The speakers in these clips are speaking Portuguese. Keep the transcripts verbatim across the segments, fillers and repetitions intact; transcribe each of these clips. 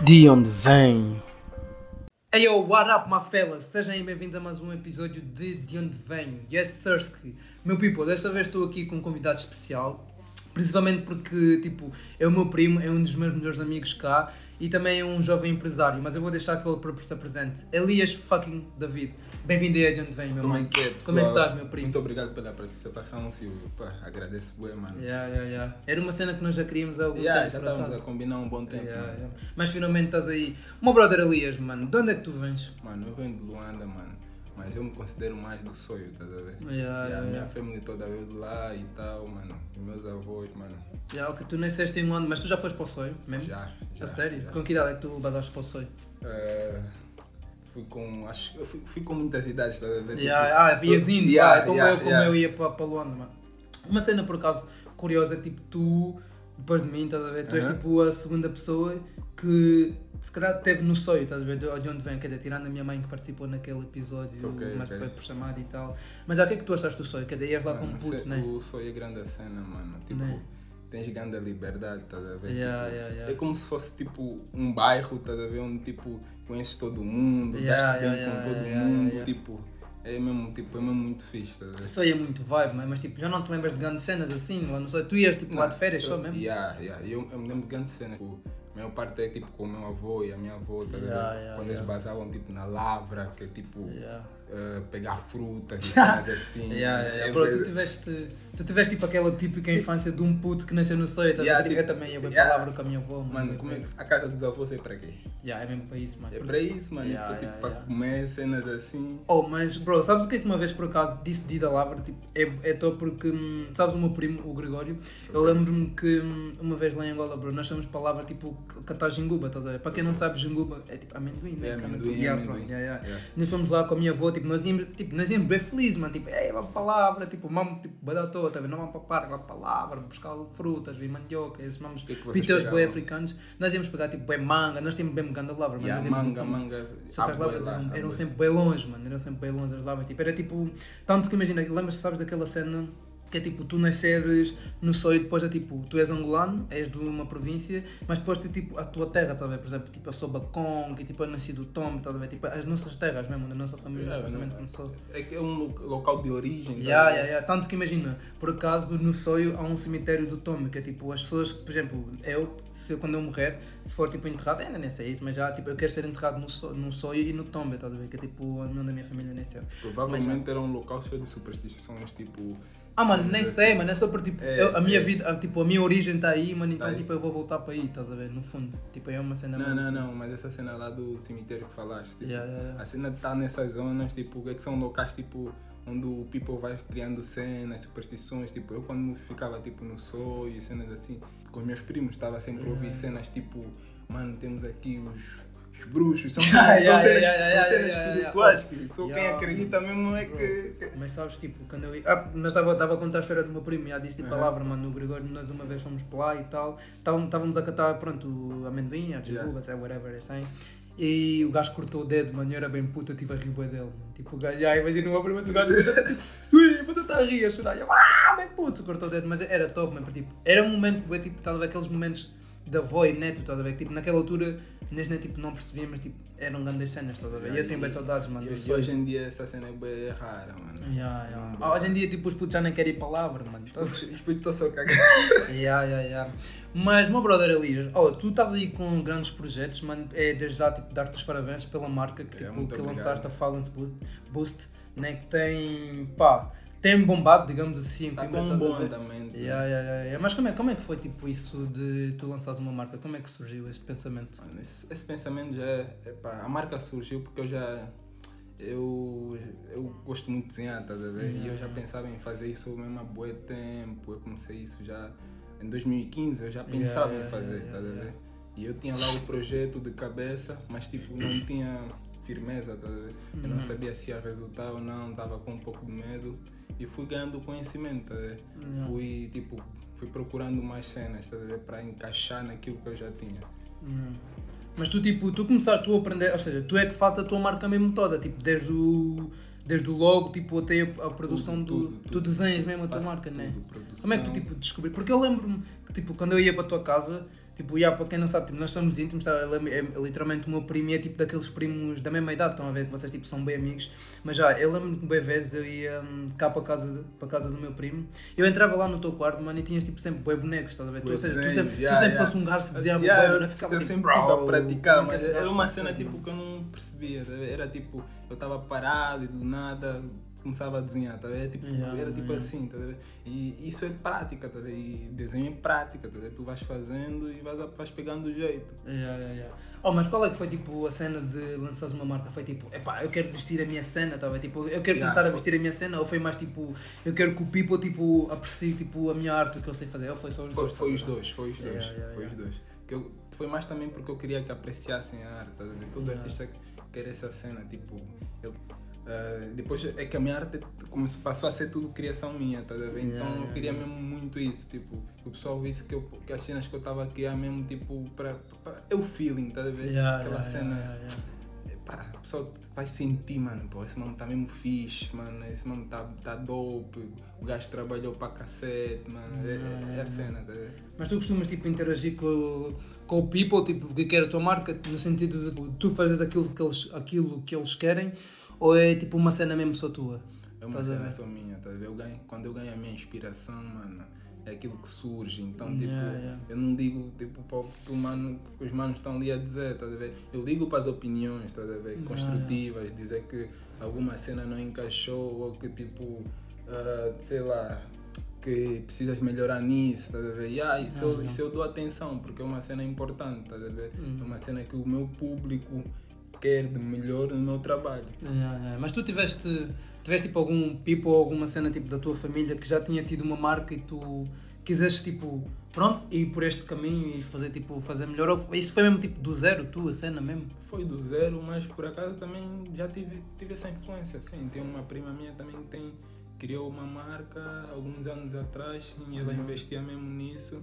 De onde vem? Hey yo, what up my fellas? Sejam aí bem-vindos a mais um episódio de De onde venho. Yes Sirski. Meu people, desta vez estou aqui com um convidado especial. Principalmente porque, tipo, é o meu primo, é um dos meus melhores amigos cá e também é um jovem empresário, mas eu vou deixar que ele se apresente. Elias fucking David. Bem-vindo aí a De onde venho, meu Como mano. é que é, pessoal? Como é que estás, meu primo? Muito obrigado pela participação, Silvio. Pá, agradeço bem, mano. Yeah, yeah, yeah. Era uma cena que nós já queríamos há algum Yeah, tempo, já por estávamos acaso. a combinar um bom tempo, Yeah, mano. yeah. Mas finalmente estás aí. O meu brother Elias, mano, de onde é que tu vens? Mano, eu venho de Luanda, mano. Mas eu me considero mais do sonho, estás a ver? Yeah, E yeah, a yeah. minha família toda veio de lá e tal, mano. E meus avós, mano. Yeah, ok, tu nasceste em Luanda, mas tu já foste para o Soio mesmo? Já, já. A sério? já. Com que idade é que tu basaste para o Soio? Eh, fui com, acho, eu fui, fui com muitas idades, estás a ver? Yeah, ah, vias indo, Yeah, pá, é como, yeah, eu, como yeah. eu ia para, para Luanda, mano. Uma cena por acaso curiosa, tipo tu, depois de mim, estás a ver? Tu és Aham. tipo a segunda pessoa que se calhar teve no Soio, estás a ver? De de onde vem, quer dizer, tirando a minha mãe que participou naquele episódio, Ok, mas ok. foi por chamada e tal. Mas já o que é que tu achaste do Soio? Quer dizer, ias lá Mano, como puto, se- né? O sonho é grande a cena, mano. Tipo, Né? tens grande liberdade, estás a ver? Yeah, Tipo, yeah, yeah. É como se fosse tipo um bairro, estás a ver? Onde tipo conheces todo mundo, Yeah, dás-te bem yeah, com yeah, todo yeah, mundo, yeah. tipo, é mesmo, tipo, é mesmo muito fixe, estás a ver? Soio é muito vibe, mas tipo, já não te lembras de grandes cenas assim, lá no Soio? Tu ias tipo lá de férias só eu, mesmo? Yeah, yeah. Eu, eu me lembro de grande cena. Tipo, a maior parte é tipo com o meu avô e a minha avó, estás a ver? Yeah, yeah, Quando yeah. eles basavam tipo na lavra, que é tipo Yeah. eh, pegar frutas e cenas assim. Yeah, yeah, yeah. É Bro, tu bem- tiveste, tu tiveste tipo aquela típica infância de um puto que nasceu no Soio, tá? Yeah, eu tipo, também ia bem yeah. palavra com a minha avó, mano. Mano, como é que a casa dos avós é para quê? Yeah, é mesmo para isso, mano. É para isso, mano. Yeah, e para, yeah, tipo, para yeah. comer cenas assim. Oh, mas bro, sabes o que é que uma vez por acaso disse de ir da Lavra? Tipo, é, é só porque, hum, sabes o meu primo, o Gregório, eu lembro-me que hum, uma vez lá em Angola, bro, nós chamamos palavra tipo catar jinguba, estás a ver? Para quem não sabe, jinguba é tipo amendoim, né? É Cana amendoim, tudo. Yeah, amendoim. pronto, yeah, yeah. Yeah. Nós fomos lá com a minha avó, tipo, nós íamos, tipo, nós íamos bem felizes, mano, tipo, ei, vamos para a Lavra, tipo, vamos, tipo, vai dar toda, tá vendo? Não vamos para o parque, vamos para a Lavra, buscar frutas, vir mandioca, esses vamos, que é que vocês piteus pegavam? boi africanos, nós íamos pegar tipo bem manga, nós tínhamos bem manga de Lavra, mas Yeah, nós íamos manga, muito- manga. só que as lavras abuela, eram, eram abuela. sempre bem longe, mano. Eram sempre bem longe as lavras. Tipo, era tipo. Tanto que imagina, lembras-te, sabes daquela cena que é tipo tu nasceres no Soio e depois é tipo, tu és angolano, és de uma província, mas depois tem tipo a tua terra, estás a ver? Por exemplo, tipo eu sou Bacong, e tipo eu nasci do Tombe, estás a ver? Tipo as nossas terras mesmo, da nossa família, Yeah, supostamente não- começou. É que é um lo- local de origem. tá Yeah, a ver? yeah, yeah. Tanto que imagina, por acaso no Soio há um cemitério do Tombe, que é tipo as pessoas que, por exemplo, eu, se eu, quando eu morrer, se for tipo enterrado, ainda nem sei isso, mas já tipo eu quero ser enterrado no, so, no Soio e no Tombe, estás a ver? Que é tipo onde a minha família nasceu. Provavelmente era um local cheio de superstições, tipo. Ah, mano, nem cenas sei, assim. mano, é só por tipo, É, eu- a minha é. vida, a, tipo, a minha origem está aí, mano, então Tá aí. tipo eu vou voltar para aí, estás a ver? No fundo, tipo é uma cena Não, mesmo não, assim. não, mas essa cena lá do cemitério que falaste, tipo, Yeah, yeah, yeah. a cena está nessas zonas, tipo, é que são locais, tipo, onde o people vai criando cenas, superstições, tipo, eu quando ficava, tipo, no sol e cenas assim, com os meus primos, estava sempre a ouvir cenas, tipo, mano, temos aqui os, os bruxos, são, são Yeah, yeah, cenas, yeah, são yeah, cenas yeah, yeah, espirituais, que só Yeah, quem acredita mesmo é bro. que... que- Mas sabes, tipo, quando eu ia. Ah, mas estava a contar a história do meu primo, já disse tipo a Aham. palavra, mano, no Gregório, nós uma vez fomos para lá e tal, estávamos, estávamos a catar, pronto, o amendoim, a desculpa, sei, whatever, assim. E o gajo cortou o dedo, mano, eu era bem puta, eu tive a rir bué dele, mano. Tipo, o gajo, já imagina o meu primo, o gajo, ui, você está a rir, a chorar, e eu, ah, bem puto, cortou o dedo, mas era top, mano, porque, tipo, era um momento, bué, tipo, estás a ver aqueles momentos de avó e neto, estás a ver, tipo, naquela altura, nós nem, tipo, não percebíamos, mas, tipo, eram grandes cenas, estás a ver, e eu tenho bem saudades, mano, E, do e Soio. hoje em dia essa cena é bem rara, mano. Yeah, yeah. Ah, hoje em dia, tipo, os putos já nem querem ir palavra, mano. Os os putos estão só a cagar. Yeah, yeah, yeah. Mas, meu brother Elias, oh, tu estás aí com grandes projetos, mano. É desde já tipo, dar-te os parabéns pela marca que, É, tipo, muito que obrigado. lançaste, a Falance Boost, né? Que tem, pá, tem bombado, digamos assim. em Está Coimbra, com um estás a bom ver? andamento. Yeah, yeah, yeah, yeah. Mas como é, como é que foi tipo isso de tu lançares uma marca? Como é que surgiu este pensamento? Mano, esse, esse pensamento já é, epá, a marca surgiu porque eu já eu, eu gosto muito de desenhar, estás a ver? E eu já pensava em fazer isso mesmo há bué tempo. Eu comecei isso já em dois mil e quinze, eu já pensava Yeah, em fazer, yeah, estás yeah, a ver? E eu tinha lá o projeto de cabeça, mas tipo não tinha firmeza, estás a ver? Eu não Uhum. sabia se ia resultar ou não, estava com um pouco de medo e fui ganhando conhecimento, estás a ver? Yeah. Fui tipo fui procurando mais cenas, estás a ver? Para encaixar naquilo que eu já tinha. Hum. Mas tu, tipo, tu começaste tu a aprender, ou seja, tu é que fazes a tua marca mesmo toda, tipo, desde o, desde o logo, tipo, até a, a produção Tudo, do... tudo, tu tudo. desenhas mesmo a tua Faço marca, tudo, né? produção. Como é que tu, tipo, descobri? Porque eu lembro-me que, tipo, quando eu ia para a tua casa, Tipo, yeah, para quem não sabe, tipo, nós somos íntimos, tá? Ele é, é literalmente o meu primo e é tipo daqueles primos da mesma idade, estão a ver que vocês tipo, são bem amigos. Mas já, eu lembro-me que bem vezes eu ia um, cá para casa, de, para casa do meu primo. Eu entrava lá no teu quarto, mano, e tinhas tipo sempre bué bonecos, estás a ver? Tu, tu sempre, yeah, tu sempre yeah. fosse um gajo que desenhava yeah, bué, eu, não ficava eu tipo, sempre estive a praticar, como é mas que esse era gajo uma consegue, cena tipo, que eu não percebia. Tá a ver? Era tipo, eu estava parado e do nada começava a desenhar, tá a ver? Tipo, Yeah, era tipo yeah. assim, tá a ver? E isso é prática, tá a ver? E desenho é prática, tá a ver? Tu vais fazendo e vais, vais pegando o jeito. Yeah, yeah, yeah. Oh, mas qual é que foi tipo a cena de lançares uma marca? Foi tipo, epá, eu quero vestir a minha cena, tá a ver? Tipo, eu quero Yeah, começar a foi- vestir a minha cena, ou foi mais tipo, eu quero que o people tipo, aprecie tipo, a minha arte, o que eu sei fazer, ou foi só os Foi, dois? foi tá os a ver? dois, foi os dois, Yeah, yeah, foi yeah. os dois. Que eu, foi mais também porque eu queria que apreciassem a arte, tá a ver? Todo Yeah. artista quer essa cena, tipo, eu, ah, depois é que a minha arte começou, passou a ser tudo criação minha, tá a ver? Yeah, Então yeah, eu queria yeah. mesmo muito isso, tipo, que o pessoal visse que, eu, que as cenas que eu estava a criar mesmo, tipo, para, para, é o feeling, tá a ver? Yeah, Aquela yeah, cena, yeah, yeah, yeah. pá, o pessoal vai sentir, mano, pô, esse mano tá mesmo fixe, mano, esse mano tá, tá dope, o gajo trabalhou para cacete, mano, é, é a cena, tá a ver? Mas tu costumas tipo interagir com, o- com o people, tipo, que quer a tua marca, no sentido de tu fazes aquilo que eles, aquilo que eles querem, ou é tipo uma cena mesmo só tua? É uma Estás a cena ver? só minha, tá a ver? Eu ganho, quando eu ganho a minha inspiração, mano, é aquilo que surge. Então, Yeah, tipo, yeah. eu não digo, tipo, para o que o mano, os manos estão ali a dizer, tá a ver? Eu ligo para as opiniões, tá a ver? Yeah, Construtivas, dizer que alguma cena não encaixou ou que, tipo, ah, sei lá, que precisas melhorar nisso, tá a ver? Yeah, isso, eu, Uhum. isso eu dou atenção, porque é uma cena importante, tá a ver? Uhum. É uma cena que o meu público quer de melhor no meu trabalho. Yeah, yeah. Mas tu tiveste, tiveste tipo algum people ou alguma cena tipo da tua família que já tinha tido uma marca e tu quiseste tipo, pronto, ir por este caminho e fazer tipo, fazer melhor? Ou isso foi mesmo tipo do zero, tu, a cena mesmo? Foi do zero, mas por acaso também já tive, tive essa influência, sim. Tem uma prima minha também que tem, criou uma marca alguns anos atrás, sim, e ela Uhum. investia mesmo nisso.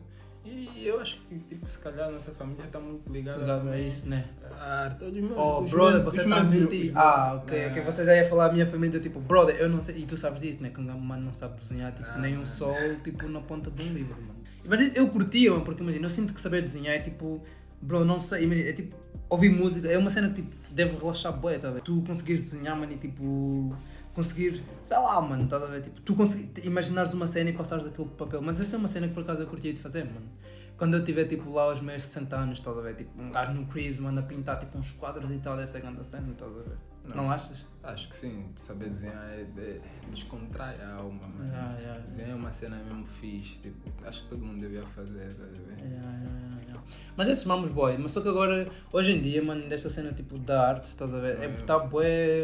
E eu acho que, tipo, se calhar a nossa família está muito ligada Ligado a também isso, né? à arte. Os meus, Oh, os brother, meus- você os está a meus ir- mentir. os Ah, meus- ok, Ah, ok. Você já ia falar a minha família, tipo, brother, eu não sei. E tu sabes disso, né? Que um mano não sabe desenhar, tipo, Ah, nem um mano. sol, tipo, na ponta de um livro, mano. Mas isso eu curtia, mano, porque imagina, eu sinto que saber desenhar é tipo, bro, não sei, imagina, é tipo, ouvir música, é uma cena que tipo, deve relaxar bué, tá a ver? Tu conseguires desenhar, mano, e tipo, conseguir, sei lá, mano, estás a ver? Tipo, tu conseguir, imaginares uma cena e passares aquilo para papel, mas essa é uma cena que por acaso eu curtia de fazer, mano. Quando eu tiver tipo lá aos meus sessenta anos, estás a ver? Tipo, um gajo no Cribs, mano, a pintar tipo uns quadros e tal, dessa grande cena, estás a ver? Não, Não, achas? Acho que sim, saber desenhar é, é descontrai a alma, mano. Yeah, yeah. Desenhar é uma cena mesmo fixe, tipo, acho que todo mundo devia fazer, tá a ver? Yeah, yeah, yeah, yeah. Mas esses mamos boy, mas só que agora, hoje em dia, mano, desta cena tipo da arte, estás a ver? É porque está bué.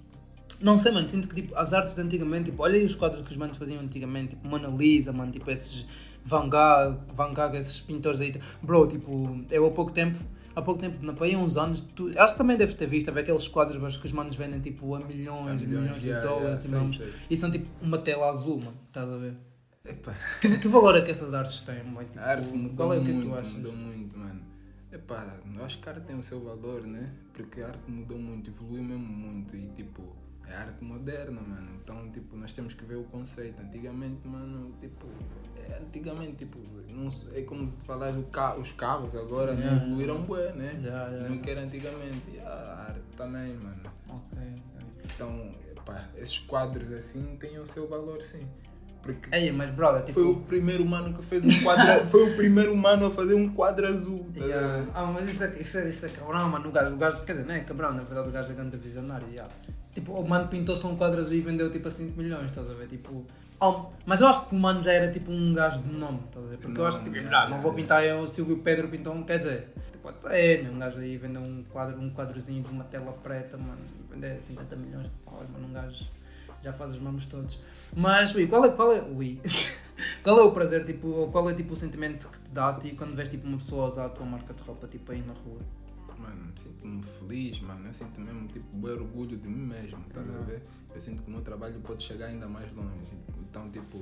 Não sei, mano, sinto que tipo, as artes de antigamente, tipo, olha aí os quadros que os manos faziam antigamente, tipo Mona Lisa, mano, tipo esses Van Gogh, Van Gogh, esses pintores aí. Bro, tipo, eu há pouco tempo, há pouco tempo, não, há uns anos, tu, acho que também deves ter visto, a ver aqueles quadros mas que os manos vendem tipo a milhões e milhões de yeah, dólares yeah, e sei, mamos, sei. e são tipo uma tela azul, mano, estás a ver? Epá. Que, que valor é que essas artes têm, mano? Tipo, A arte mudou qual é o que, é que muito, tu achas? mudou muito, mano. Epá, eu acho que a arte tem o seu valor, né? Porque a arte mudou muito, evoluiu mesmo muito e tipo, é arte moderna, mano. Então, tipo, nós temos que ver o conceito. Antigamente, mano, tipo, é, antigamente, tipo, não, é como se falares ca, os cabos agora, Yeah. né? Evoluíram bué, né? Yeah, yeah, Não que era antigamente. E a arte também, mano. Ok, ok. Então, epá, esses quadros assim têm o seu valor, sim. Porque Ei, mas brother, tipo... foi o primeiro humano que fez um quadro, foi o primeiro humano a fazer um quadro azul. Tá a Yeah. ver? Ah, mas isso é, isso, é, isso é cabrão, mano. O gajo, o gajo, quer dizer, não é cabrão, na verdade o gajo é grande visionário. Yeah. Tipo, o mano pintou só um quadro azul e vendeu tipo a cinco milhões, estás a ver? Tipo, oh, mas eu acho que o mano já era tipo um gajo de nome, estás a ver? Porque eu acho que tipo, Yeah, ah, não vou yeah, pintar eu, o Silvio Pedro pintou um, quer dizer, tipo, pode ser, né? Um gajo aí vendeu um, quadro, um quadrozinho de uma tela preta, mano, vender cinquenta milhões de paus, mano, um gajo já faz os mamos todos. Mas, ui, qual é, qual é, ui, qual é o prazer, tipo, ou qual é tipo o sentimento que te dá a ti quando vês tipo uma pessoa usar a tua marca de roupa, tipo, aí na rua? Mano, sinto-me feliz, mano. Eu sinto mesmo tipo bem orgulho de mim mesmo, estás Uhum. a ver? Eu sinto que o meu trabalho pode chegar ainda mais longe. Então, tipo,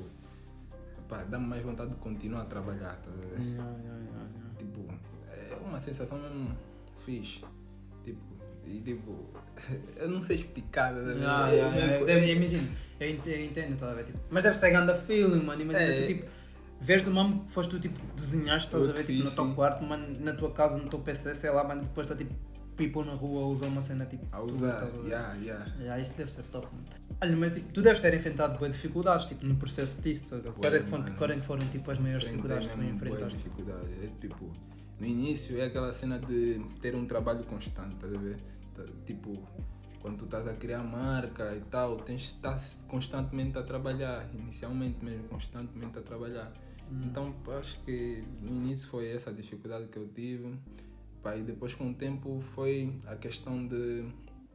pá, dá-me mais vontade de continuar a trabalhar, estás a ver? Yeah, yeah, yeah, yeah. Tipo, é uma sensação mesmo fixe. Tipo, e tipo, eu não sei explicar, estás a ver? Yeah, yeah, yeah. Eu, eu imagino, eu ent- eu entendo, estás a ver? Tipo, mas deve ser grande feeling, mano. Imagina É. tu tipo, vês do mamo que foste tu tipo que desenhaste, estás Eu a ver, que tipo, no fiz, teu sim. quarto, mano, na tua casa, no teu P C, sei lá, mano, depois está tipo people na rua a usar uma cena tipo. A tua, usar, estás a ver? yeah, yeah. Yeah, isso deve ser top, mano. Olha, mas tipo, tu deves ter enfrentado boas dificuldades tipo, no processo disso, tá a ver? Quais é que foram, mano. quais é que foram tipo, as maiores Enfrentei dificuldades que tu mesmo bué enfrentaste? dificuldade. É tipo, no início é aquela cena de ter um trabalho constante, estás a ver? Tá, tipo, quando tu estás a criar marca e tal, tens de estar constantemente a trabalhar, inicialmente mesmo, constantemente a trabalhar. Hum. Então acho que no início foi essa a dificuldade que eu tive. Pá, e depois com o tempo foi a questão de,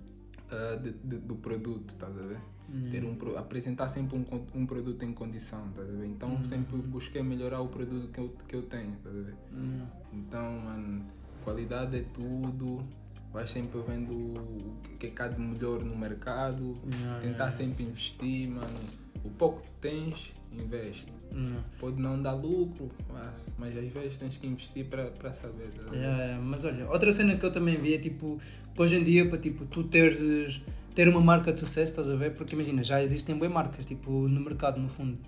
uh, de, de- do produto, estás a ver? Hum. Ter um, pro- apresentar sempre um, con- um produto em condição, estás a ver? Então Hum. sempre busquei melhorar o produto que eu, que eu tenho, estás a ver? Hum. Então, mano, qualidade é tudo. Vais sempre vendo o que é que há de melhor no mercado. Yeah, Tentar yeah, sempre investir, mano. O pouco que tens, investe. yeah. Pode não dar lucro, ah, mas às vezes tens que investir para para saber. Tá? Yeah, yeah. Mas olha, outra cena que eu também vi é tipo, que hoje em dia para tipo, tu teres ter uma marca de sucesso, estás a ver? Porque imagina, já existem bem marcas tipo, no mercado no fundo.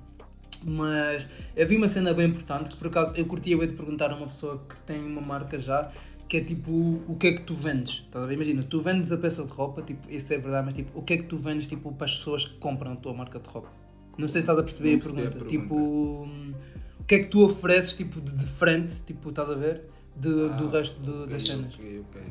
Mas eu vi uma cena bem importante que por acaso eu curtia bem de perguntar a uma pessoa que tem uma marca já, que é tipo, o que é que tu vendes? Estás a ver? Imagina, tu vendes a peça de roupa, tipo, isso é verdade, mas tipo, o que é que tu vendes tipo, para as pessoas que compram a tua marca de roupa? Não sei se estás a perceber Não a percebi a pergunta. pergunta. Tipo, hum, o que é que tu ofereces tipo, de diferente, tipo, estás a ver? De, Ah, do resto de- ok, das cenas. Ok, ok.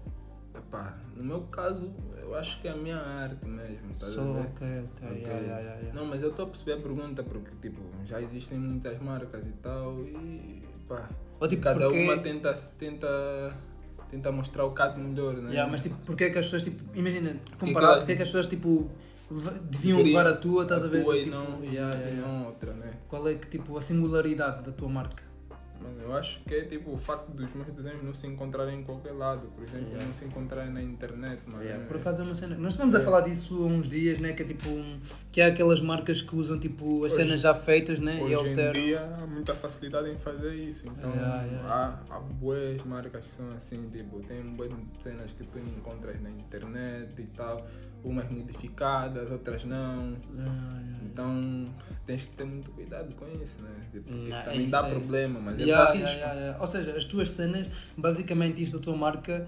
Epá, no meu caso, eu acho que é a minha arte mesmo, estás Só, a ver? ok, ok, Ok. yeah, yeah, yeah, yeah. Não, mas eu estou a perceber a pergunta porque, tipo, já existem muitas marcas e tal e, pá, Ou, tipo, cada porque- uma tenta, tenta, tenta mostrar o bocado melhor, né? Yeah, mas tipo, porque é que as pessoas, tipo, imagina, que comparado, elas- porque é que as pessoas, tipo, leva- deviam Deveriam- levar a tua, estás a ver? tua e Tipo, não, yeah, yeah, e yeah. não outra, né? Qual é que, tipo, a singularidade da tua marca? Mano, eu acho que é tipo o facto dos meus desenhos não se encontrarem em qualquer lado, por exemplo, Yeah. não se encontrarem na internet, mano. Yeah, É- por acaso é uma cena. Nós estivemos a É. falar disso há uns dias, né? Que é tipo. um- Que é aquelas marcas que usam tipo as Hoje- cenas já feitas, né? E Hoje em alteram. dia há muita facilidade em fazer isso, então Yeah, yeah. há, há boas marcas que são assim, tipo, tem boas cenas que tu encontras na internet e tal, umas modificadas, outras não, Yeah, yeah. então tens que ter muito cuidado com isso, né? Tipo, porque Yeah, isso é também isso dá aí. problema, mas eles Yeah, arriscam. yeah, yeah, yeah. Ou seja, as tuas cenas, basicamente isto da tua marca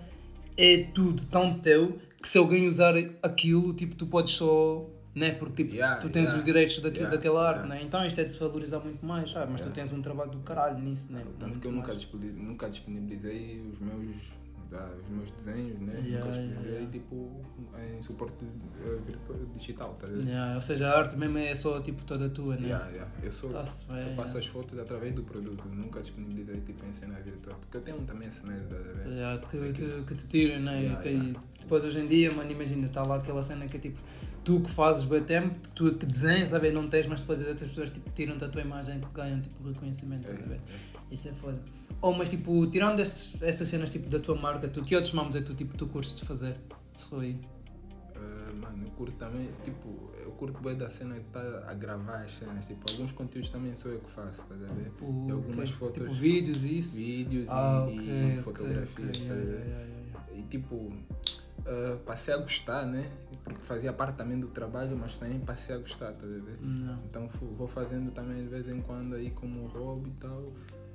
é tudo tão teu que se alguém usar aquilo, tipo, tu podes só. Né? Porque tipo, Yeah, tu tens yeah. os direitos daquilo, Yeah, daquela arte, yeah. né? Então isto é de se valorizar muito mais, ah, mas tu Yeah. tens um trabalho do caralho nisso, né? Tanto Muito que eu nunca, mais. disponi- nunca disponibilizei os meus, ah, os meus desenhos, né? Yeah, nunca disponibilizei yeah, tipo em suporte eh, virtual, digital, tá ligado? Yeah, ou seja, a arte mesmo é só tipo toda tua, né? Yeah, yeah. Eu sou, Tá-se bem, só faço yeah. as fotos através do produto, nunca disponibilizei tipo em cena virtual, porque eu tenho também essa merda, tá a ver? Yeah, que, te, que te tirem, né? Yeah, Que- yeah. Depois hoje em dia, mano, imagina, está lá aquela cena que é tipo, tu que fazes bem tempo, tu é que desenhas, tá a ver? Não tens, mas depois as outras pessoas tipo, tiram-te a tua imagem e ganham tipo reconhecimento, tá a ver? Isso é foda. Ou, mas tipo, tirando esses, essas cenas tipo da tua marca, tu, que outros mamos é tu, tipo, tu curtes de fazer? Só aí. Uh, mano, eu curto também, tipo, eu curto bem da cena de estar a gravar as cenas, tipo, alguns conteúdos também sou eu que faço, tá a ver? Tipo, E algumas ok, fotos, tipo vídeos e isso? vídeos Ah, e, ok, e ok, fotografias, ok, tá a yeah, ver? yeah, yeah, yeah. E tipo, uh, passei a gostar, né? Porque fazia parte também do trabalho, mas também passei a gostar, tá a ver? Não. Então fu- vou fazendo também de vez em quando aí como hobby e tal.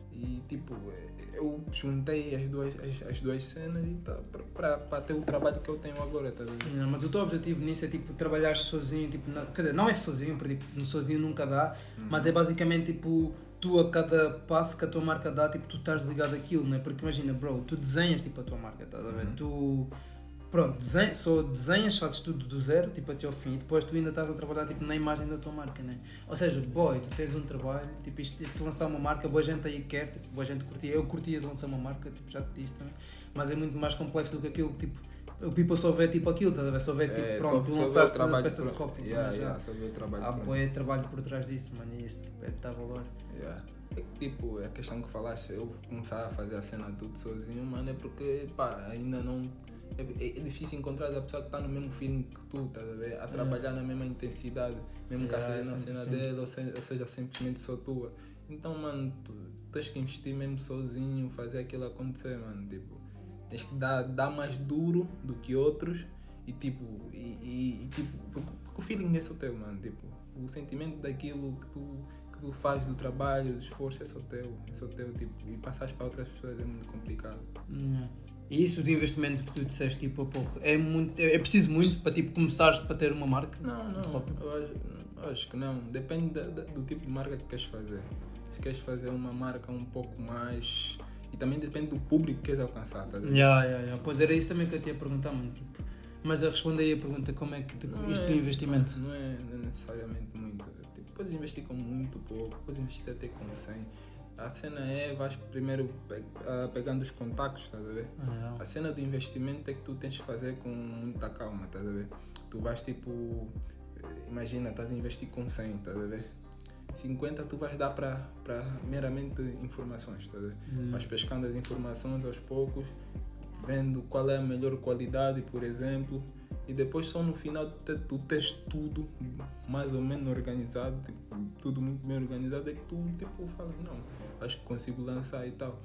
E tipo, eu juntei as duas, as, as duas cenas e tal, para ter o trabalho que eu tenho agora, tá a ver? Não, mas o teu objetivo nisso é tipo trabalhar sozinho, tipo, não, quer dizer, não é sozinho, porque tipo, sozinho nunca dá, mas é basicamente tipo tu a cada passo que a tua marca dá, tipo, tu estás ligado àquilo, né? Porque imagina, bro, tu desenhas tipo a tua marca, estás a ver? Uhum. Tu pronto, desenha, só desenhas, fazes tudo do zero, tipo até ao fim, e depois tu ainda estás a trabalhar tipo, na imagem da tua marca, né? Ou seja, boy, tu tens um trabalho, tipo, isto, isto de lançar uma marca, boa gente aí quer, tipo, boa gente curtia, eu curtia de lançar uma marca, tipo, já te disse também, mas é muito mais complexo do que aquilo que tipo. O people só vê tipo aquilo, estás a ver? Só vê tipo, É, pronto, só- tu só vê o lançaste a trabalho peça de por- roupa, Yeah, mas já yeah, só vê o trabalho há por- boé trabalho por trás disso, mano, e isso tipo, é de dar valor. Yeah. É que, tipo, a questão que falaste, eu começar a fazer a cena tudo sozinho, mano, é porque, pá, ainda não... É, é difícil encontrar a pessoa que está no mesmo feeling que tu, estás a ver? A trabalhar na mesma intensidade, mesmo que Yeah, seja na cem por cena cento. dele, ou seja, ou seja simplesmente só tua. Então, mano, tu tens que investir mesmo sozinho, fazer aquilo acontecer, mano, tipo... Tens que dar, dar mais duro do que outros e, tipo, e, e, e, tipo porque, porque o feeling é só teu, mano, tipo... O sentimento daquilo que tu, que que tu fazes do trabalho, do esforço, é só teu, é só teu, tipo, e passares para outras pessoas é muito complicado. Yeah. E isso de investimento que tu disseste tipo há pouco, é, muito, é, é preciso muito para tipo, começares para ter uma marca? Não, não, de roupa? eu acho, eu acho que não, depende da, da, do tipo de marca que queres fazer. Se queres fazer uma marca um pouco mais... E também depende do público que queres alcançar, tá vendo? Yeah, yeah, yeah. Pois era isso também que eu te ia perguntar, mano. Tipo, mas eu respondi aí a pergunta, como é que tipo, Não isto é, do investimento? Não é, não é necessariamente muito. Tipo, podes investir com muito pouco, podes investir até com cem. A cena é, vais primeiro pe- uh, pegando os contactos, estás a ver? Ah, yeah. A cena do investimento é que tu tens de fazer com muita calma, estás a ver? Tu vais tipo, imagina, estás a investir com cem, estás a ver? cinquenta tu vais dar para meramente informações, estás a ver? Hum. Vais pescando as informações aos poucos, vendo qual é a melhor qualidade, por exemplo, e depois só no final te- tu tens tudo mais ou menos organizado, tipo, tudo muito bem organizado, é que tu tipo falas, não, acho que consigo lançar e tal.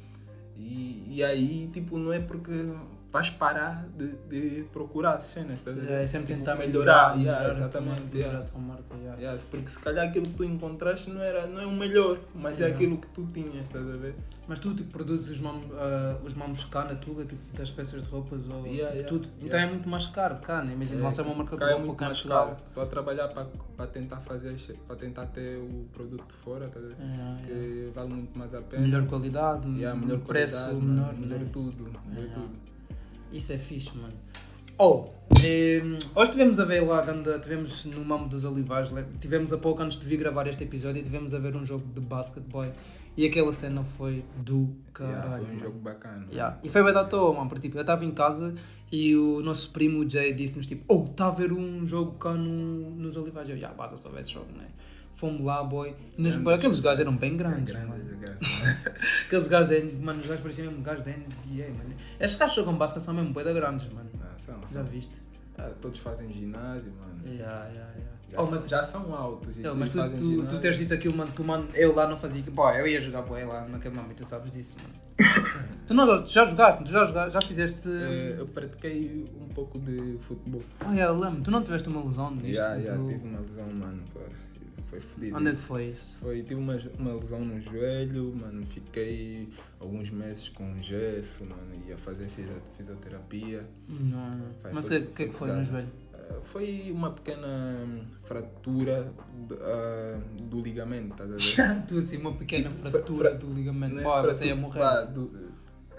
E, e aí, tipo, não é porque vais parar de, de procurar cenas, estás a ver? Yeah, é sempre Tipo, tentar melhorar, melhorar, yeah, melhorar, exatamente. melhorar yeah. a tua marca, yeah. Yeah, porque se calhar aquilo que tu encontraste não, era, não é o melhor, mas é Yeah. aquilo que tu tinhas, estás a ver? Mas tu tipo, produzes os mamos, ah, os mamos cá na Tuga, tipo, das peças de roupas ou Yeah, tipo, yeah, tudo. Então yeah. é muito mais caro cá, né? Imagina É, lançar uma marca de cá é roupa muito cá em mais Portugal. caro. Estou a trabalhar para tentar fazer, para tentar ter o produto de fora, tá a ver? Yeah, Que yeah. vale muito mais a pena. Melhor qualidade, Yeah, melhor preço qualidade, menor. melhor né? tudo, melhor Yeah. tudo. Isso é fixe, mano. Oh, eh, hoje estivemos a ver lá, ganda, tivemos no Mamo dos Olivais, le- tivemos há pouco antes de vir gravar este episódio e tivemos a ver um jogo de basquetebol e aquela cena foi do caralho. Yeah, foi um mano. jogo bacana. Yeah. E foi bem da toa, mano, porque tipo, eu estava em casa e o nosso primo o Jay disse-nos tipo, oh, está a ver um jogo cá no, nos Olivais. Eu, já, basta só ver esse jogo, né? Fomos lá, boy. E nos, Grandes aqueles gajos eram jogaço. bem grandes, Grandes mano. jogaço. Aqueles gajos da N B A, mano, os gajos pareciam mesmo gajos da N B A, mano. Estes gajos que jogam basquete são mesmo bué da grandes, mano. Ah, são, Já são. viste? Ah, todos fazem ginásio, mano. Yeah, yeah, yeah. Já, Oh, são, mas, já são altos. e eu, mas tu, fazem tu, tu ginásio. teres dito aquilo, mano, que o mano, eu lá não fazia. Pô, eu ia jogar bué lá naquele momento, tu sabes disso, mano. tu não, tu já jogaste, tu já, jogaste, já fizeste. Eh, eu pratiquei um pouco de futebol. Ah, yeah, eu lembro, tu não tiveste uma lesão nisto? Já, já tu... tive uma lesão, mano. Pá. Foi fodido. Onde é que foi isso? Foi, tive uma, uma lesão no joelho, mano, fiquei alguns meses com gesso, mano, ia fazer fisio- fisioterapia. Não, Foi- mas foi- o que é que foi foi no pesado. joelho? Uh, foi uma pequena hum, fratura do, uh, do ligamento, estás a ver? tu assim, uma pequena Tipo, fratura fra- do ligamento. Não é Pô, você ia fratura- morrer. pá, do-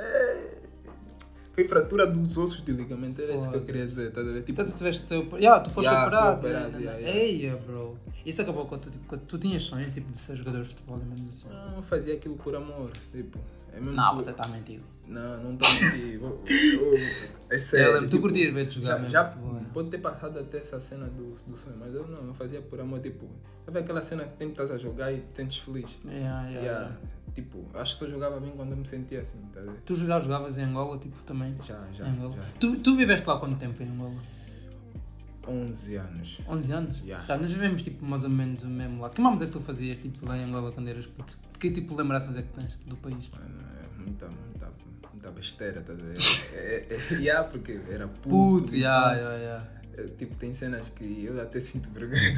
é, foi fratura dos ossos de ligamento, era isso que eu queria Foda-se. dizer, estás a ver? Tipo, Então tu tiveste de ser operado. Yeah, tu foste Yeah, fui operado. operado, né? yeah, yeah. Eia, bro. Isso acabou quando tu, tipo, quando tu tinhas sonho tipo, de ser jogador de futebol, é mesmo assim. não, eu fazia aquilo por amor, tipo, é mesmo Não, por- você está a mentir. Não, não estou aqui. Vou- vou- É sério. Eu lembro, tu tipo, curtias ver de jogar já, mesmo já futebol. é. pode ter passado até essa cena do, do sonho, mas eu não, eu fazia por amor, tipo, sabe aquela cena que sempre estás a jogar e te sentes feliz? Yeah, yeah, Yeah, yeah. Tipo, acho que só jogava bem quando eu me sentia assim, tá a ver? Tu já jogavas em Angola, tipo, também? Já, já, em Angola. já. Tu, tu viveste lá quanto tempo em Angola? onze anos. onze anos? Yeah. Já, nós vivemos tipo mais ou menos o mesmo lá. Que mamas é que tu fazias tipo, lá em Angola quando eras puto? Que tipo de lembranças é que tens do país? Mano, é muita, muita, muita besteira, tá a ver? É, é, é, yeah, porque era puto. Puto, então, já, já, já. é, Tipo, tem cenas que eu até sinto vergonha.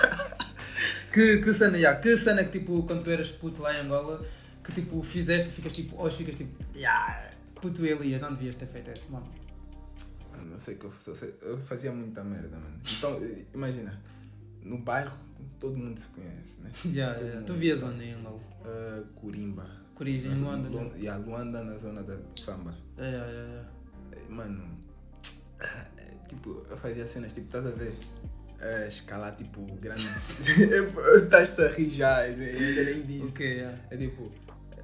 Que, que cena, já, que cena que tipo, quando tu eras puto lá em Angola, que tipo, fizeste e ficas tipo, hoje ficas tipo, já, puto Elias, não devias ter feito isso, mano. Não sei que eu, só sei- eu fazia muita merda, mano. Então, eh, imagina, no bairro todo mundo se conhece, né? Já, Todo já. mundo. Tu vias onde em Angola? Ah, Corimba. Coriz, em Luanda, Lu- né? E a Luanda na zona da samba. É, é, é. Eh, Mano, eh, tipo, eu fazia cenas, tipo, estás a ver? Eh, escalar, tipo, grandes. Estás-te a rir já, eu ainda nem disse. Ok, já. É tipo.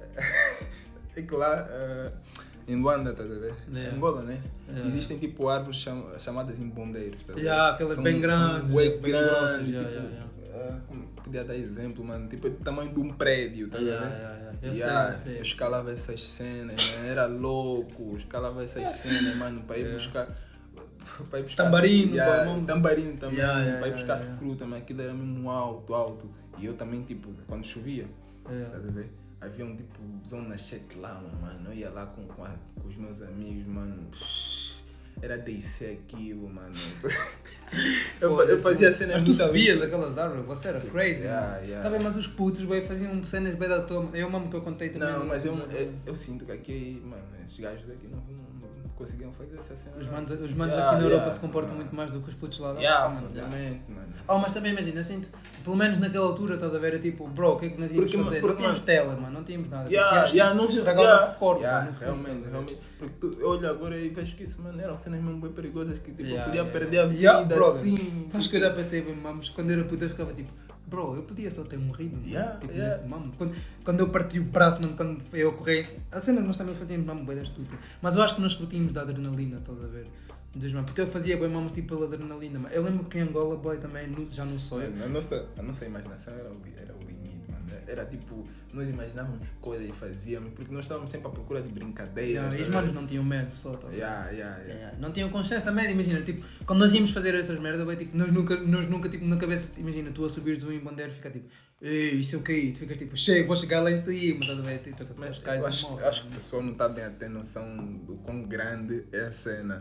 É que lá. eh, em Luanda, estás a ver? Yeah. Angola, né? Yeah. Existem tipo árvores cham- chamadas embondeiros, estás a ver? Já, aquelas São- bem são grandes, bué bem grandes, grossas, já, tipo, já, já. ah, como podia dar exemplo, mano, tipo, é do tamanho de um prédio, tá Já, vendo? já, já. Eu Yeah, sei, eu sei. eu escalava essas cenas, né? Era louco, eu escalava essas cenas, mano, para ir Yeah. buscar. Para ir buscar Tambarino, yeah, pá, mano. tambarino também, Yeah, yeah, para ir yeah, buscar yeah. fruta, mas aquilo era mesmo alto, alto. E eu também, tipo, quando chovia, É. estás a ver? Havia um tipo zona sete lá, mano. Eu ia lá com, com, a- com os meus amigos, mano. Psh, Era descer aquilo, mano. eu, eu fazia cenas mas tu muito subias amigas. aquelas árvores, você era Sim. crazy, Yeah, mano. yeah. Tá bem, mas os putos, bem, faziam cenas bem da tua. Eu mesmo que eu contei também. Não, no- mas eu, no- eu, eu sinto que aqui, mano, esses gajos daqui não, não, não conseguiam fazer essa cena. Os manos, os manos Yeah, aqui na Europa yeah. se comportam muito mais do que os putos lá. Yeah, Ah, mano, obviamente, mano. Oh, mas também imagina, assim, pelo menos naquela altura, estás a ver, é tipo, bro, o que é que nós íamos Porque, fazer? porque, não tínhamos mano, tela, mano, não tínhamos nada. Yeah, tínhamos yeah, que não- estragar yeah, o nosso corpo, yeah, mano, no fundo, realmente, estás a ver? realmente. Porque tu, eu olho agora e vejo que isso, mano, eram cenas mesmo bem perigosas que tipo, Yeah, eu podia yeah, perder yeah. a vida Yeah, brother. assim. Sabes que eu já pensei bem, mamos, quando eu era puto eu ficava tipo, bro, eu podia só ter morrido, mano, Yeah, tipo, yeah. nesse mamo. Quando, quando eu parti o braço, mano, quando eu corri, a cena nós também fazíamos mamo bem da estúpida, mas eu acho que nós curtíamos da adrenalina, estás a ver? Dos mamos, porque eu fazia bem mamos tipo pela adrenalina, mano. Eu lembro que em Angola, boy, também, no- já no sonho. Mano, a, nossa, a nossa imaginação era o, era o limite, mano. Era tipo, nós imaginávamos coisas e fazíamos, porque nós estávamos sempre à procura de brincadeiras. Yeah, e os tá manos ligado? não tinham medo só, tá? Yeah, yeah, yeah. Yeah, não tinham consciência também, imagina, tipo, quando nós íamos fazer essas merdas, bem, tipo, nós nunca, nós nunca, tipo, na cabeça, imagina, tu a subires um embandeiro, fica tipo, ei, e se eu cair, tu ficas tipo, chego, vou chegar lá em cima, estás a ver, tipo, tu Mas cais eu e acho, morres. acho que o pessoal não está bem a ter noção do quão grande é a cena.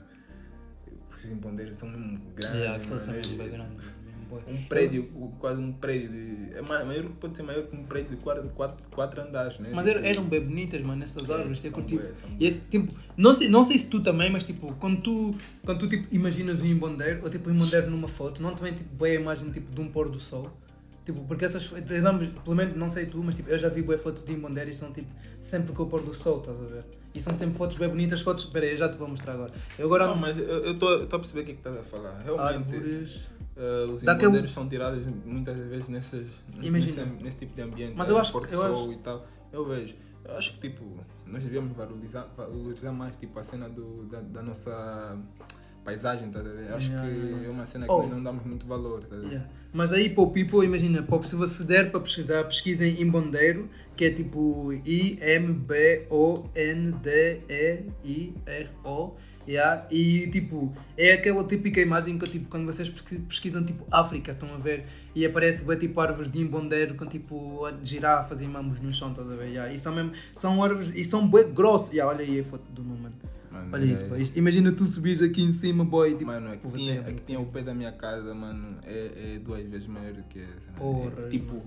Os embondeiros são mesmo grandes. Yeah, aqueles são mano. mesmo bem grandes, mesmo bué. Um prédio, o- quase um prédio de. É ma- maior, pode ser maior que um prédio de quatro, quatro, quatro andares, né? Mas Tipo, eram, eram bem bonitas, mano, essas árvores, É, tipo, são tipo, bué, são e esse, tipo, não sei, não sei se tu também, mas tipo, quando tu, quando tu tipo, imaginas um embandeiro, ou tipo um embandeiro numa foto, não te vem tipo, bem a imagem tipo, de um pôr do sol? Tipo, porque essas, fo- eu lembro, pelo menos, não sei tu, mas tipo, eu já vi boas fotos de embandeiro e são tipo, sempre com o pôr do sol, estás a ver? E são sempre fotos bem bonitas, fotos, espera aí, eu já te vou mostrar agora. Eu agora, Não, mas eu estou a perceber o que é que estás a falar. Realmente, árvores... uh, os Daquele- embondeiros são tirados muitas vezes nesses, Imagina. nesse, nesse tipo de ambiente. Mas né? eu acho- Pôr do eu sol acho- e tal. Eu vejo. Eu acho que tipo, nós devíamos valorizar, valorizar mais tipo, a cena do, da, da nossa paisagem, tá a ver? Acho Yeah, que yeah, yeah. é uma cena que Oh. nós não damos muito valor. Tá a ver? Yeah. Mas aí para o people, imagina, para o- se você der para pesquisar, pesquisem Imbondeiro, que é tipo I M B O N D E I R O, yeah? E tipo, é aquela típica imagem que tipo, quando vocês pesqui- pesquisam tipo África, estão a ver, e aparece bem tipo árvores de Imbondeiro com tipo girafas e mambos no chão, estás a ver? Yeah? E são mesmo, são árvores, e são bem grossas, yeah, olha aí a foto do meu mano. Mano, Olha é- isso, pá. Isto- imagina tu subires aqui em cima, boy, tipo, Mano, aqui você tinha, é aqui bem- tinha o pé da minha casa, mano, é, é duas vezes maior do que essa. mano. Porra, É, tipo,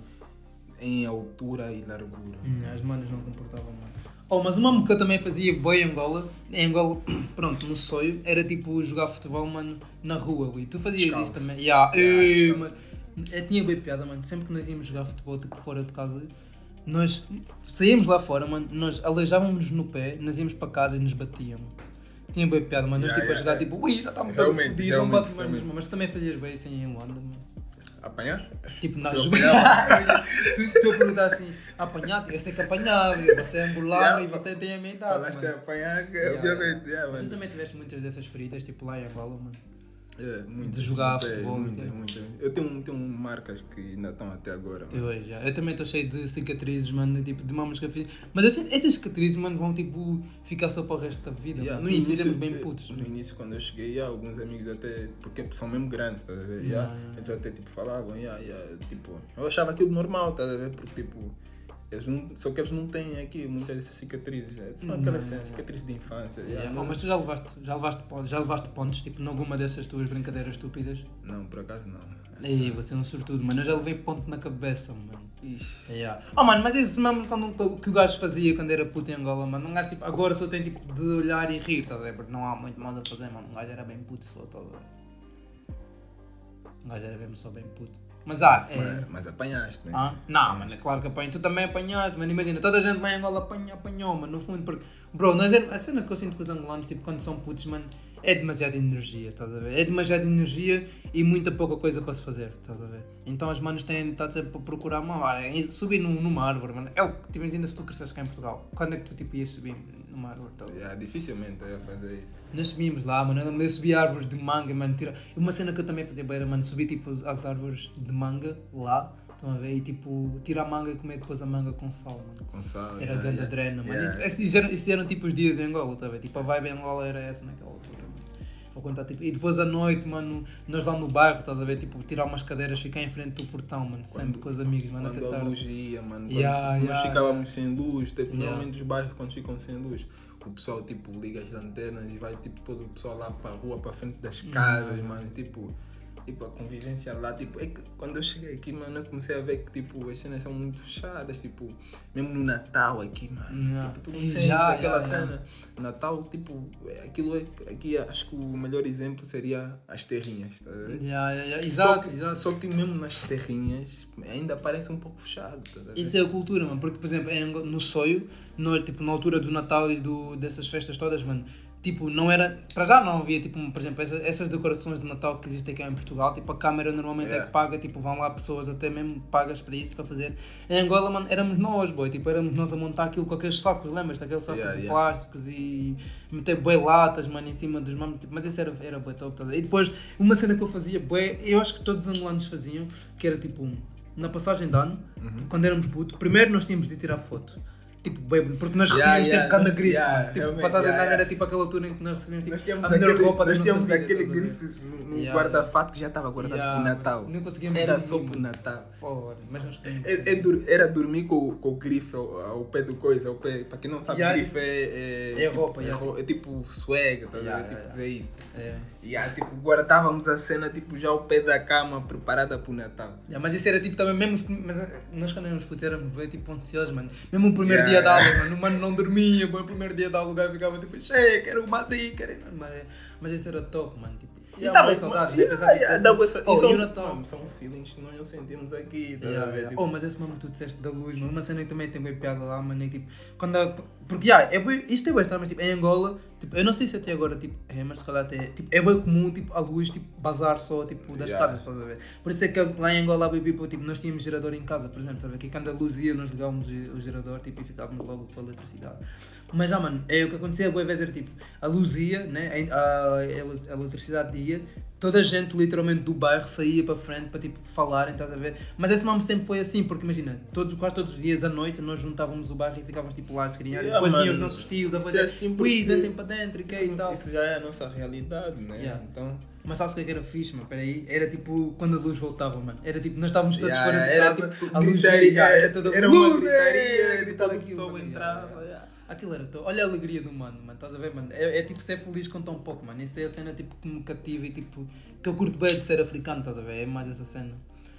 em altura e largura. Hum, as manas não comportavam mal. Oh, mas uma que eu também fazia bem em Angola, em Angola, pronto, no sonho, era tipo jogar futebol, mano, na rua, ui. Tu fazias Descalço. isso também? Yeah. Yeah, Ei, descalço. mano. Eu tinha bem piada, mano. Sempre que nós íamos jogar futebol, tipo, fora de casa, nós saíamos lá fora, mano, nós aleijávamos no pé, nós íamos para casa e nos batíamos. Tinha bem piada, mano. Nós Yeah, tipo a yeah, jogar, yeah. tipo, ui, já está muito todo Realmente, fodido, não realmente, bate mais. realmente. Mas tu também fazias bem assim em Luanda, mano. Apanhar? Tipo, na Eu jogar. tu, tu a perguntar assim, apanhar, eu sei que apanhava, você é angolano Yeah. e você tem a minha idade. Falaste em mano. apanhar, que Yeah, obviamente. yeah. Yeah, Mas tu mano. também tiveste muitas dessas feridas, tipo lá em Angola, mano. É, muitas, de jogar muitas, futebol, Muitas, né? muitas. Eu tenho, tenho marcas que ainda estão até agora. mano. Eu vejo, já. Eu também estou cheio de cicatrizes, mano, tipo, de mamas que eu fiz. Mas assim, essas cicatrizes, mano, vão tipo ficar só para o resto da vida. Yeah, mano. no, E início, fizemos bem eh, putos. no né? início, quando eu cheguei, yeah, alguns amigos até, porque são mesmo grandes, estás a ver? Yeah, Yeah, yeah. eles até tipo, falavam, yeah, yeah, tipo, eu achava aquilo normal, estás a ver? Porque tipo, eles não, só que eles não têm aqui muitas dessas cicatrizes, né? São aquelas Yeah, yeah. cicatrizes de infância. Yeah. yeah, Oh, mas- mas tu já levaste, já levaste, pontos, já levaste pontos, tipo, em alguma dessas tuas brincadeiras estúpidas? Não, por acaso não. Ei, você é um sortudo, mano. Eu já levei ponto na cabeça, mano. Ixi. Yeah. Oh, mano, mas esse mesmo quando, que o gajo fazia quando era puto em Angola, mano. Um gajo, tipo, agora só tem tipo de olhar e rir, estás a ver? Porque não há muito mais a fazer, mano. Um gajo era bem puto só, estás a ver? Um gajo era mesmo só bem puto. Mas ah, é. Mas, mas apanhaste, né? Ah? Não, mano, é claro que apanho. Tu também apanhaste, mano. Imagina, toda a gente vai em Angola apanha, apanhou, mano, no fundo. Porque, bro, nós é, a cena que eu sinto com os angolanos, tipo, quando são putos, mano, é demasiada energia, estás a ver? É demasiada energia e muita pouca coisa para se fazer, estás a ver? Então as manos têm estado sempre a procurar uma ah, é subir num, numa árvore, mano. É o que, tipo, imagina se tu crescesse cá em Portugal. Quando é que tu, tipo, ias subir numa árvore? Tá? Yeah, dificilmente eu ia fazer isso. Nós subíamos lá, mano, eu eu subia árvores de manga, mano, tira... Uma cena que eu também fazia bem era, mano, subir tipo as árvores de manga lá, estão a ver, e tipo, tirar a manga e comer depois a manga com sal, mano. Com sal. Era yeah, grande yeah. drena, mano. Yeah. Isso, isso, eram, isso eram tipo os dias em Angola, tá a ver? Tipo, a vibe em Angola era essa naquela altura, mano. Vou contar, tipo... E depois à noite, mano, nós lá no bairro, estás a ver, tipo, tirar umas cadeiras, ficar em frente do portão, mano, sempre Quando- com os amigos, mano, a Quando a tentar... luz ia, mano, quando Yeah, nós yeah, ficávamos sem luz, tipo, Yeah. normalmente os bairros quando ficam sem luz, o pessoal tipo liga as lanternas e vai tipo todo o pessoal lá para a rua, para frente das casas, Yeah. mano, tipo, tipo, a convivência lá, tipo, é que quando eu cheguei aqui, mano, eu comecei a ver que, tipo, as cenas são muito fechadas, tipo, mesmo no Natal aqui, mano, Yeah. tipo, tu Yeah, sentes yeah, aquela yeah. cena, Natal, tipo, é- aquilo é, aqui acho que o melhor exemplo seria as terrinhas, tá a ver? Yeah, yeah, yeah. Só Exato, que, exato. só que mesmo nas terrinhas ainda parece um pouco fechado, tá a ver? Isso é a cultura, mano, porque, por exemplo, em Ango- no Soio, no, tipo, na altura do Natal e do, dessas festas todas, mano, tipo, não era, para já não havia, tipo, por exemplo, essa, essas decorações de Natal que existem aqui em Portugal, tipo, a câmara normalmente Yeah. é que paga, tipo, vão lá pessoas até mesmo pagas para isso, para fazer. Em Angola, mano, éramos nós, boy, tipo, éramos nós a montar aquilo com aqueles sacos, lembras daqueles sacos Yeah, de yeah. plásticos e meter boi latas, mano, em cima dos mamos, tipo, mas isso era, era boi top, tá a ver? E depois, uma cena que eu fazia, boi, eu acho que todos os angolanos faziam, que era tipo, na passagem de ano, Uhum. quando éramos puto, primeiro nós tínhamos de tirar foto. Tipo, bem, porque nós Yeah, recebíamos yeah, sempre cada nós- grife. yeah, mano. Tipo, realmente, passagem de yeah, ano era yeah. tipo aquela altura em que nós recebíamos tipo, Nós tínhamos a melhor aquele, roupa da nós nossa tínhamos vida, aquele estás a ver? grife no, no Yeah, guarda-fato que já estava guardado Yeah, pro Natal. não conseguíamos Era dormir, só pro mano. Natal. Fora, mas nós É, é dur- era dormir com, com o grife ao, ao pé do coisa, ao pé, para quem não sabe, Yeah, grife é, é tipo, roupa, é, yeah. ro- é tipo swag, tá a ver? Yeah, É tipo yeah, dizer isso. É. E yeah, tipo, guardávamos a cena tipo, já ao pé da cama, preparada pro Natal. Yeah, mas isso era tipo também, mesmo os prim- mas eh, nós quando éramos putos éramos bem tipo ansiosos, mano. Mesmo o primeiro Yeah, dia da yeah. aula, mano, o mano não dormia, mano, o primeiro dia da aula o gajo ficava tipo, cheio, quero mais aí, quero aí, mano. Mas, mas isso era top, mano. Tipo, isso Yeah, dá bem mas- saudades, mas- né? yeah, Pensar tipo, yeah, esse- dá essa- oh, e são, e o Natal? mano, são feelings que nós não sentimos aqui, tá Yeah, a ver? yeah. Tipo, Oh, mas esse mesmo que tu disseste da luz, mano, uma cena que também tem bem piada lá, mano, é tipo, quando a, porque, yeah, é bem, isto é bem estranho, mas tipo, em Angola, tipo, eu não sei se até agora, tipo, é, mas se calhar até, tipo, é bem comum, tipo, a luz, tipo, bazar só, tipo, das Yeah. casas, estás a ver? Por isso é que lá em Angola, baby people, tipo, nós tínhamos gerador em casa, por exemplo, estás a ver? Que quando a luz ia, nós ligávamos o o gerador, tipo, e ficávamos logo com a eletricidade. Mas já, mano, é o que acontecia, boa vez era tipo, a luz ia, né, a, a, a eletricidade ia, toda a gente literalmente do bairro saía para frente para tipo falarem, estás a ver? Mas esse momento sempre foi assim, porque imagina, todos, quase todos os dias à noite nós juntávamos o bairro e ficávamos tipo lá a escrinhar, Yeah, e depois vinham os mano, nossos tios a isso fazer, é assim porque ui, entrem para dentro e que e isso, tal. isso já é a nossa realidade, né? Yeah. Então, Mas sabes o que é que era fixe, mano? Peraí, era tipo quando a luz voltava, mano. Era tipo, nós estávamos todos yeah, fora de era casa, tipo a luz gritaria, ia, era toda era uma luz, gritaria, é, depois gritar a aquilo, pessoa mano, entrava, yeah, yeah. yeah. Aquilo era todo. Olha a alegria do mano, mano. Estás a ver, mano? É, é tipo ser feliz com tão pouco, mano. Isso é a cena tipo, que me cativa e tipo. Que eu curto bem de ser africano, estás a ver? É mais essa cena.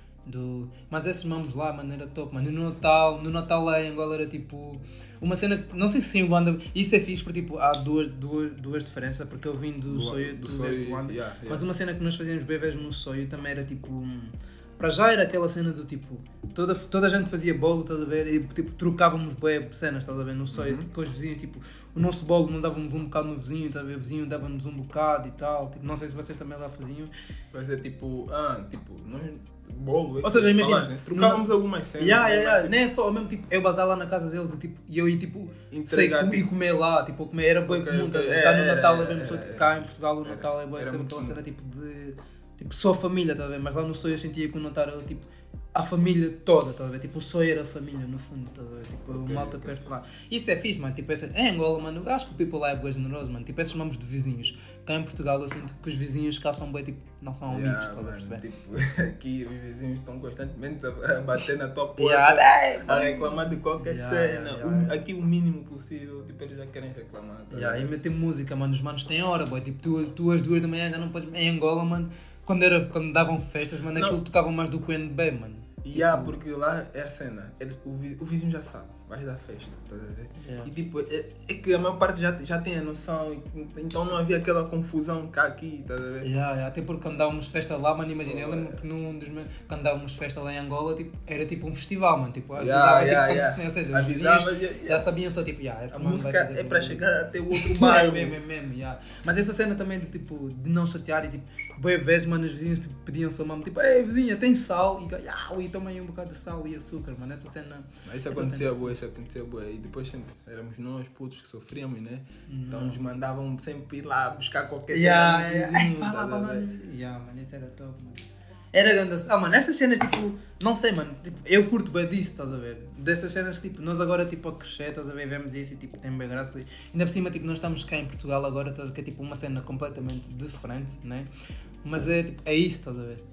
Do... Mas esses mamos lá, mano, era top, mano. E no Natal, no Natal lá em Angola era tipo. Uma cena que. Não sei se em Luanda. Isso é fixe porque tipo, há duas, duas, duas diferenças. Porque eu vim do, Do- Soio, do tu Soio, deste Luanda. yeah, yeah. Mas uma cena que nós fazíamos bem vezes no Soio também era tipo. hum, Para já era aquela cena do tipo, toda, toda a gente fazia bolo, estás a ver? E tipo, trocávamos bué cenas, estás a ver? No Soio, Uhum. depois os vizinhos, tipo, o nosso bolo não dávamos um bocado no vizinho, estás a ver? O vizinho dava-nos um bocado e tal. Tipo, não sei se vocês também lá faziam. Mas é tipo, ah, tipo, nós, bolo, é Ou seja, que imagina, falaste, né? Trocávamos algumas cenas. Yeah, né? yeah, yeah. Mas, Nem é só, mesmo tipo, eu basar lá na casa deles e tipo, e eu ia tipo, sei, Entregar, com, tipo- e comer lá, tipo, comer, era bem Ok, comum, ok. tá, É, cá no é, Natal é, é mesmo, só, é, é. cá em Portugal o Era- Natal é bem, era sempre muito aquela comum. cena tipo de, tipo, só família, tá a ver? Mas lá no Soio eu sentia que o Natal era tipo, a família toda, tá a ver? Tipo, o Soio era a família no fundo, tá a ver? Tipo, Ok, o malta ok. perto lá. Isso é fixe, mano, tipo, essa, em Angola, mano, eu acho que o people lá é bem generoso, mano, tipo, esses nomes de vizinhos. Cá em Portugal eu sinto que os vizinhos cá são bem, tipo, não são amigos, Yeah, estás a mano, perceber? tipo, aqui os vizinhos estão constantemente a, a bater na tua porta, Yeah, hey, a reclamar de qualquer Yeah, cena. yeah, yeah, O- yeah. Aqui o mínimo possível, tipo, eles já querem reclamar. Tá Yeah, e ligado? meter música, mano, os manos têm hora, boy. Tipo, tu, tu às duas da manhã já não podes. Em Angola, mano, quando, era, quando davam festas, mano, Não. aquilo tocava mais do que o N B, mano. Yeah, porque lá é a cena, ele- o, vi- o vizinho já sabe, vais dar festa, estás a ver? Yeah. E tipo, é, é que a maior parte já, já tem a noção, e- então não havia aquela confusão cá aqui, estás a ver? Yeah, yeah, até porque quando dávamos festa lá, mano, imagina, eu lembro que num dos meus, quando dávamos festa lá em Angola, tipo, era tipo um festival, mano, tipo, Yeah, avisava, yeah, tipo, yeah. quando se- ou seja, os Avisava, vizinhos yeah, yeah. já sabiam só, tipo, yeah, esse A mano música vai fazer é para tipo- chegar até o outro É bairro. mesmo, é mesmo, yeah. Mas essa cena também de tipo, de não chatear e tipo, boas vezes, mano, os vizinhos tipo, pediam só mamo, tipo, ei vizinha, tem sal? E, yeah, e toma aí um bocado de sal e açúcar, mano, essa cena. Isso essa acontecia cena- boa, isso acontecia boa. E depois sempre éramos nós, putos, que sofríamos, né? Então nos mandavam sempre ir lá buscar qualquer Yeah, cena no yeah. vizinho, Vai lá, tá a vai lá. ver? Yeah, mano, isso era top, mano. Era grande. Ah, mano, essas cenas, tipo, não sei, mano, tipo, eu curto bem disso, estás a ver? Dessas cenas que, tipo, nós agora, tipo, a crescer, estás a ver, vemos isso e, tipo, tem bem graça. E ainda por cima, tipo, nós estamos cá em Portugal agora, estás a ver, que é, tipo, uma cena completamente diferente, né? Mas é, tipo, é isso, estás a ver?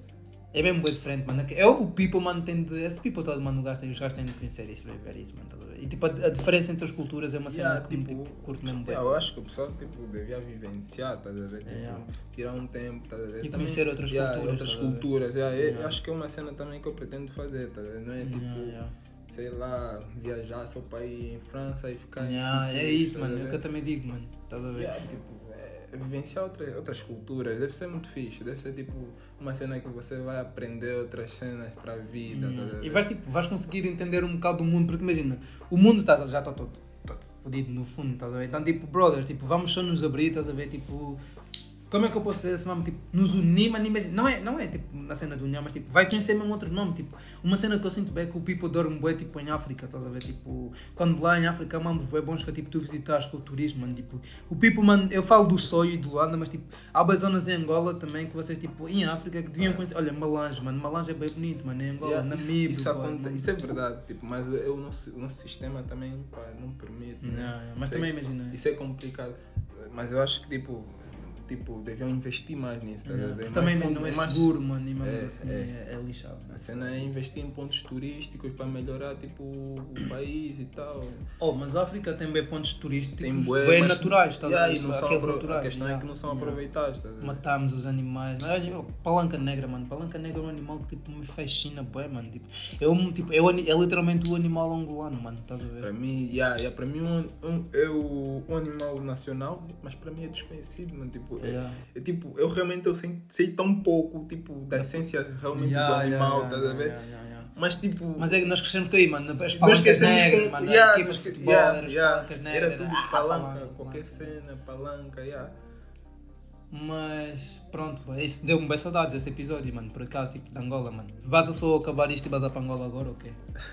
É mesmo bem diferente, mano. É o people, mano, tem de... Esse people todo, mano, os gajos têm de conhecer isso, ver isso, mano, tá a ver? E tipo, a, a diferença entre as culturas é uma cena Yeah, que tipo, tipo, curto mesmo bem. Yeah, eu acho que o pessoal tipo, devia vivenciar, tá a ver? Tipo, Yeah. tirar um tempo, tá a ver? E conhecer outras yeah, culturas, outras tá a ver? culturas. Yeah, eu- Yeah. Eu acho que é uma cena também que eu pretendo fazer, tá a ver? Não é tipo, Yeah, yeah. sei lá, viajar só para ir em França e ficar Yeah, em é sítios, isso, tá a mano. É o ver? que eu também digo, mano. Estás a ver? Yeah, tipo, é, vivenciar outra, outras culturas deve ser muito fixe, deve ser tipo uma cena que você vai aprender outras cenas para a vida. Yeah. Tá a ver? E vais, tipo, vais conseguir entender um bocado do mundo, porque imagina, o mundo tá, já está todo, todo fodido no fundo, estás a ver? Então, tipo, brother, tipo, vamos só nos abrir, estás a ver? Tipo, como é que eu posso dizer esse nome? Tipo, nos unir, mas imagina, não é, não é tipo uma cena de união, mas tipo, vai conhecer mesmo outro nome. Tipo, uma cena que eu sinto bem é que o people dorme bué, tipo, em África, estás a ver? Tipo, quando lá em África, mano, é bons para tipo, tu visitares com o turismo, mano. Tipo, o people, mano, eu falo do Soio e do Luanda, mas tipo, há boas zonas em Angola também que vocês, tipo, em África, que deviam conhecer. Olha, Malange, mano, Malange é bem bonito, mano, em Angola, Yeah, Namíbia. isso, isso, boy, aconte- mano. isso é verdade, tipo, mas o, o nosso, o nosso sistema também pá, não permite. Yeah, né? yeah, mas Isso também é, imagina. Isso é complicado, mas eu acho que tipo, tipo deviam investir mais nisso. Tá a Yeah, ver? porque Mais também ponto- não é mais- seguro, mano, e mesmo É, assim é. é, é lixado. A cena é investir em pontos turísticos para melhorar tipo, o país e tal. Oh, mas a África tem bem pontos turísticos Tem bué, bem mas- naturais, estás a Yeah, ver? e não são Aqueles apro- naturais. A questão yeah, é que não são yeah. aproveitados. Tá a ver? Matamos os animais. Mas, olha, oh, palanca negra, mano. Palanca negra é um animal que tipo, me fascina, bué, mano. Tipo, é, um, tipo, é, o ani- é literalmente o animal angolano, mano. Estás a ver? Para mim, yeah, yeah, para mim um, um, é o, um animal nacional, mas para mim é desconhecido, mano. Tipo, é- Yeah. é, tipo, eu realmente eu sei, sei tão pouco tipo, da essência realmente Yeah, do yeah, animal, yeah, estás a ver? yeah, yeah, yeah. Mas tipo. Mas é que nós crescemos com aí, mano. As nós palancas esquecemos negras, com- mano. yeah, As equipas nós- de futebol yeah, eram as yeah, palancas negras. Era tudo ah, palanca, palanca, qualquer palanca. cena, palanca, yeah. Mas pronto, pô, isso deu-me bem saudades esse episódio, mano, por acaso, tipo, de Angola, mano. Vas a só acabar isto e vas a para Angola agora, ok?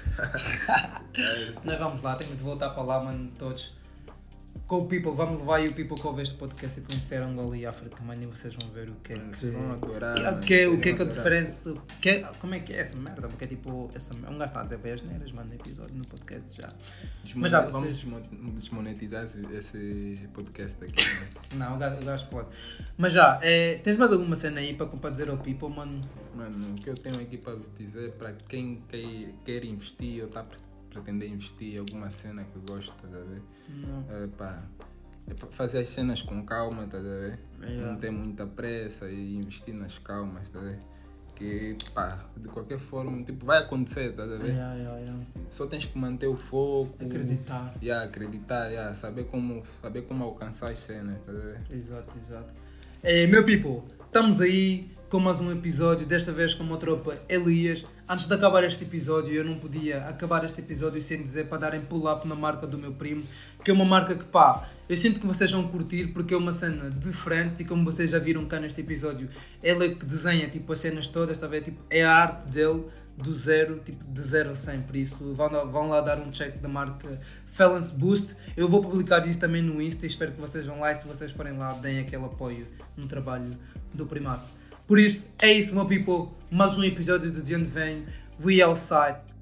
Nós vamos lá, temos de voltar para lá, mano, todos. Com o people, vamos levar aí o people que ouve este podcast e conhecer Angola e África, mano, e vocês vão ver o que é que... Vocês vão adorar. E mano, o que é, o vocês que é vão que a adorar. diferença... o que é- como é que é essa merda? Porque é tipo... Essa, um gajo está a dizer bem as neiras, mano, no episódio, no podcast já. Desmone- Mas já Vamos vocês... desmo- desmonetizar esse, esse podcast aqui. Né? Não, o gajo, o gajo pode. Mas já, é, tens mais alguma cena aí para, para dizer ao people, mano? Mano, o que eu tenho aqui para vos dizer, para quem quer, quer investir ou está a pretender investir em alguma cena que gosta, tá a ver? Não. É, pá, é para fazer as cenas com calma, tá a ver? Yeah. Não ter muita pressa e investir nas calmas, tá a ver? Que, pá, de qualquer forma, tipo, vai acontecer, tá a ver? Yeah, yeah, yeah. Só tens que manter o foco. Acreditar. Yeah, acreditar, yeah, saber, como, saber como alcançar as cenas, tá a ver? Exato, exato. É, meu people, estamos aí com mais um episódio, desta vez com uma tropa Elias. Antes de acabar este episódio, eu não podia acabar este episódio sem dizer para darem pull-up na marca do meu primo, que é uma marca que, pá, eu sinto que vocês vão curtir porque é uma cena diferente e como vocês já viram cá neste episódio, ele é que desenha tipo, as cenas todas, tá a ver? Tipo, é a arte dele do zero, tipo de zero a cem, por isso vão lá, vão lá dar um check da marca Felance Boost. Eu vou publicar isso também no Insta e espero que vocês vão lá e se vocês forem lá deem aquele apoio no trabalho do primaço. Por isso, é isso, meu people, mais um episódio de De Onde Venho, We Outside.